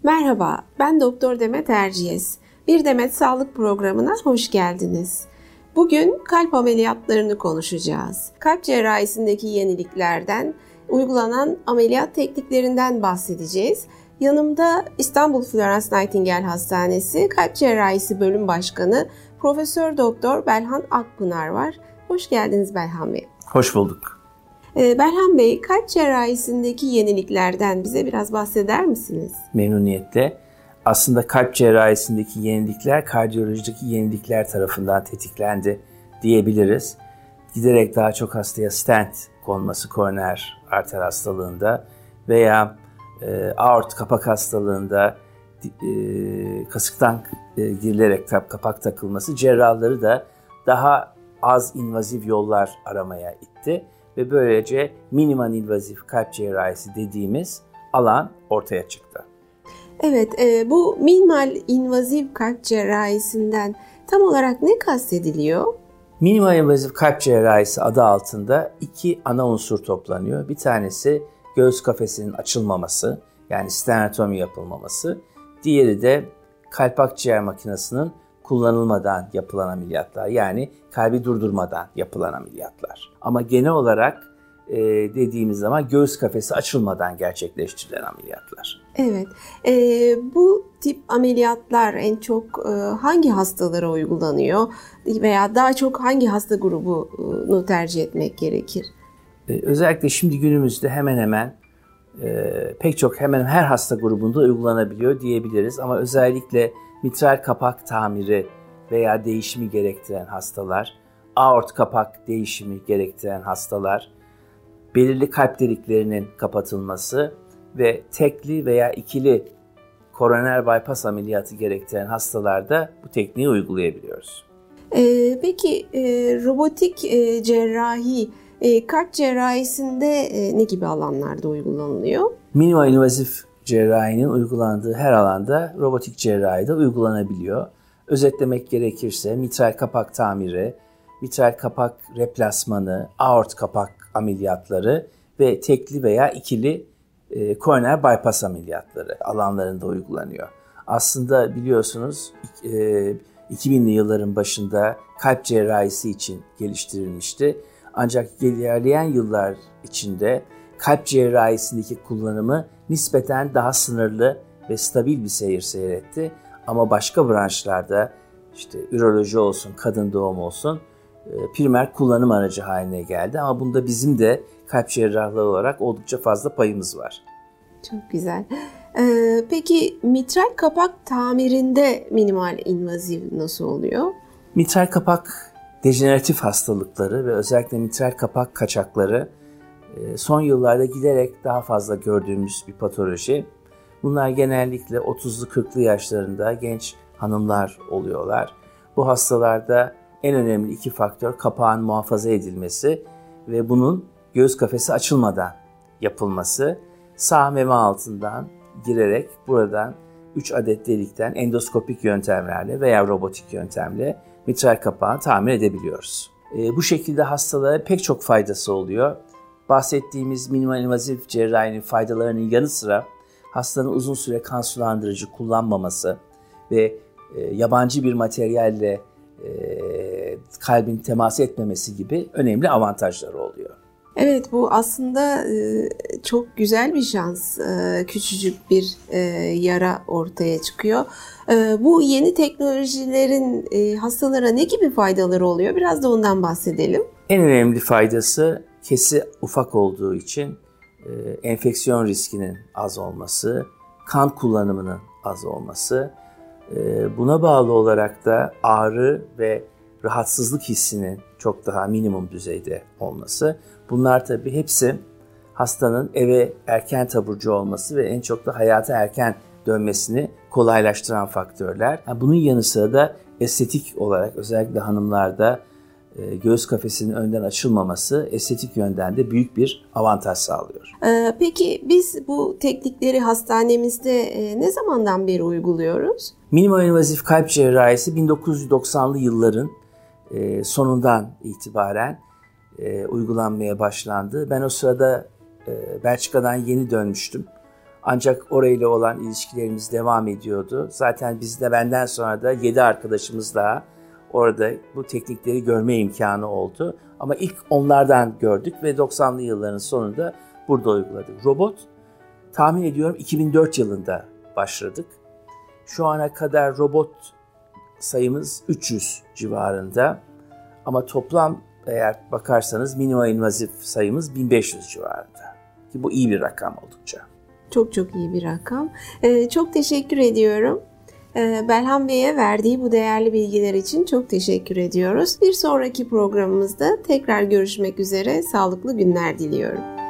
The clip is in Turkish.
Merhaba, ben Doktor Demet Erciyes. Bir Demet Sağlık Programı'na hoş geldiniz. Bugün kalp ameliyatlarını konuşacağız. Kalp cerrahisindeki yeniliklerden, uygulanan ameliyat tekniklerinden bahsedeceğiz. Yanımda İstanbul Florence Nightingale Hastanesi Kalp Cerrahisi Bölüm Başkanı Profesör Doktor Belhan Akpınar var. Hoş geldiniz Belhan Bey. Hoş bulduk. Belhan Bey, kalp cerrahisindeki yeniliklerden bize biraz bahseder misiniz? Memnuniyetle. Aslında kalp cerrahisindeki yenilikler kardiyolojideki yenilikler tarafından tetiklendi diyebiliriz. Giderek daha çok hastaya stent konması koroner arter hastalığında veya aort kapak hastalığında kasıktan girilerek kapak takılması cerrahları da daha az invaziv yollar aramaya itti. Ve böylece minimal invazif kalp cerrahisi dediğimiz alan ortaya çıktı. Evet, bu minimal invazif kalp cerrahisinden tam olarak ne kastediliyor? Minimal invazif kalp cerrahisi adı altında iki ana unsur toplanıyor. Bir tanesi göğüs kafesinin açılmaması, yani sternotomi yapılmaması. Diğeri de kalp akciğer makinesinin kullanılmadan yapılan ameliyatlar, yani kalbi durdurmadan yapılan ameliyatlar. Ama genel olarak dediğimiz zaman göğüs kafesi açılmadan gerçekleştirilen ameliyatlar. Evet, bu tip ameliyatlar en çok hangi hastalara uygulanıyor veya daha çok hangi hasta grubunu tercih etmek gerekir? Özellikle şimdi günümüzde hemen hemen her hasta grubunda uygulanabiliyor diyebiliriz. Ama özellikle mitral kapak tamiri veya değişimi gerektiren hastalar, aort kapak değişimi gerektiren hastalar, belirli kalp deliklerinin kapatılması ve tekli veya ikili koroner bypass ameliyatı gerektiren hastalarda bu tekniği uygulayabiliyoruz. Peki robotik cerrahi kalp cerrahisinde ne gibi alanlarda uygulanılıyor? Minimal invazif cerrahinin uygulandığı her alanda robotik cerrahi de uygulanabiliyor. Özetlemek gerekirse mitral kapak tamiri, mitral kapak replasmanı, aort kapak ameliyatları ve tekli veya ikili koroner bypass ameliyatları alanlarında uygulanıyor. Aslında biliyorsunuz 2000'li yılların başında kalp cerrahisi için geliştirilmişti. Ancak ilerleyen yıllar içinde kalp cerrahisindeki kullanımı nispeten daha sınırlı ve stabil bir seyir seyretti. Ama başka branşlarda işte üroloji olsun, kadın doğum olsun primer kullanım aracı haline geldi. Ama bunda bizim de kalp cerrahlığı olarak oldukça fazla payımız var. Çok güzel. Peki mitral kapak tamirinde minimal invazif nasıl oluyor? Mitral kapak dejeneratif hastalıkları ve özellikle mitral kapak kaçakları son yıllarda giderek daha fazla gördüğümüz bir patoloji. Bunlar genellikle 30'lu 40'lı yaşlarında genç hanımlar oluyorlar. Bu hastalarda en önemli iki faktör kapağın muhafaza edilmesi ve bunun göğüs kafesi açılmadan yapılması. Sağ meme altından girerek buradan 3 adet delikten endoskopik yöntemlerle veya robotik yöntemle mitral kapağı tamir edebiliyoruz. Bu şekilde hastalara pek çok faydası oluyor. Bahsettiğimiz minimal invazif cerrahinin faydalarının yanı sıra hastanın uzun süre kan sulandırıcı kullanmaması ve yabancı bir materyalle kalbin temas etmemesi gibi önemli avantajları oluyor. Evet, bu aslında çok güzel bir şans. Küçücük bir yara ortaya çıkıyor. Bu yeni teknolojilerin hastalara ne gibi faydaları oluyor? Biraz da ondan bahsedelim. En önemli faydası kesi ufak olduğu için enfeksiyon riskinin az olması, kan kullanımının az olması, buna bağlı olarak da ağrı ve rahatsızlık hissinin çok daha minimum düzeyde olması. Bunlar tabii hepsi hastanın eve erken taburcu olması ve en çok da hayata erken dönmesini kolaylaştıran faktörler. Bunun yanı sıra da estetik olarak özellikle hanımlarda göğüs kafesinin önden açılmaması estetik yönden de büyük bir avantaj sağlıyor. Peki biz bu teknikleri hastanemizde ne zamandan beri uyguluyoruz? Minimal invazif kalp cerrahisi 1990'lı yılların sonundan itibaren uygulanmaya başlandı. Ben o sırada Belçika'dan yeni dönmüştüm. Ancak orayla olan ilişkilerimiz devam ediyordu. Zaten benden sonra da 7 arkadaşımız daha orada bu teknikleri görme imkanı oldu. Ama ilk onlardan gördük ve 90'lı yılların sonunda burada uyguladık. Robot, tahmin ediyorum 2004 yılında başladık. Şu ana kadar robot sayımız 300 civarında. Ama toplam eğer bakarsanız minimal invazif sayımız 1500 civarında. Ki bu iyi bir rakam oldukça. Çok çok iyi bir rakam. Çok teşekkür ediyorum. Belham Bey'e verdiği bu değerli bilgiler için çok teşekkür ediyoruz. Bir sonraki programımızda tekrar görüşmek üzere. Sağlıklı günler diliyorum.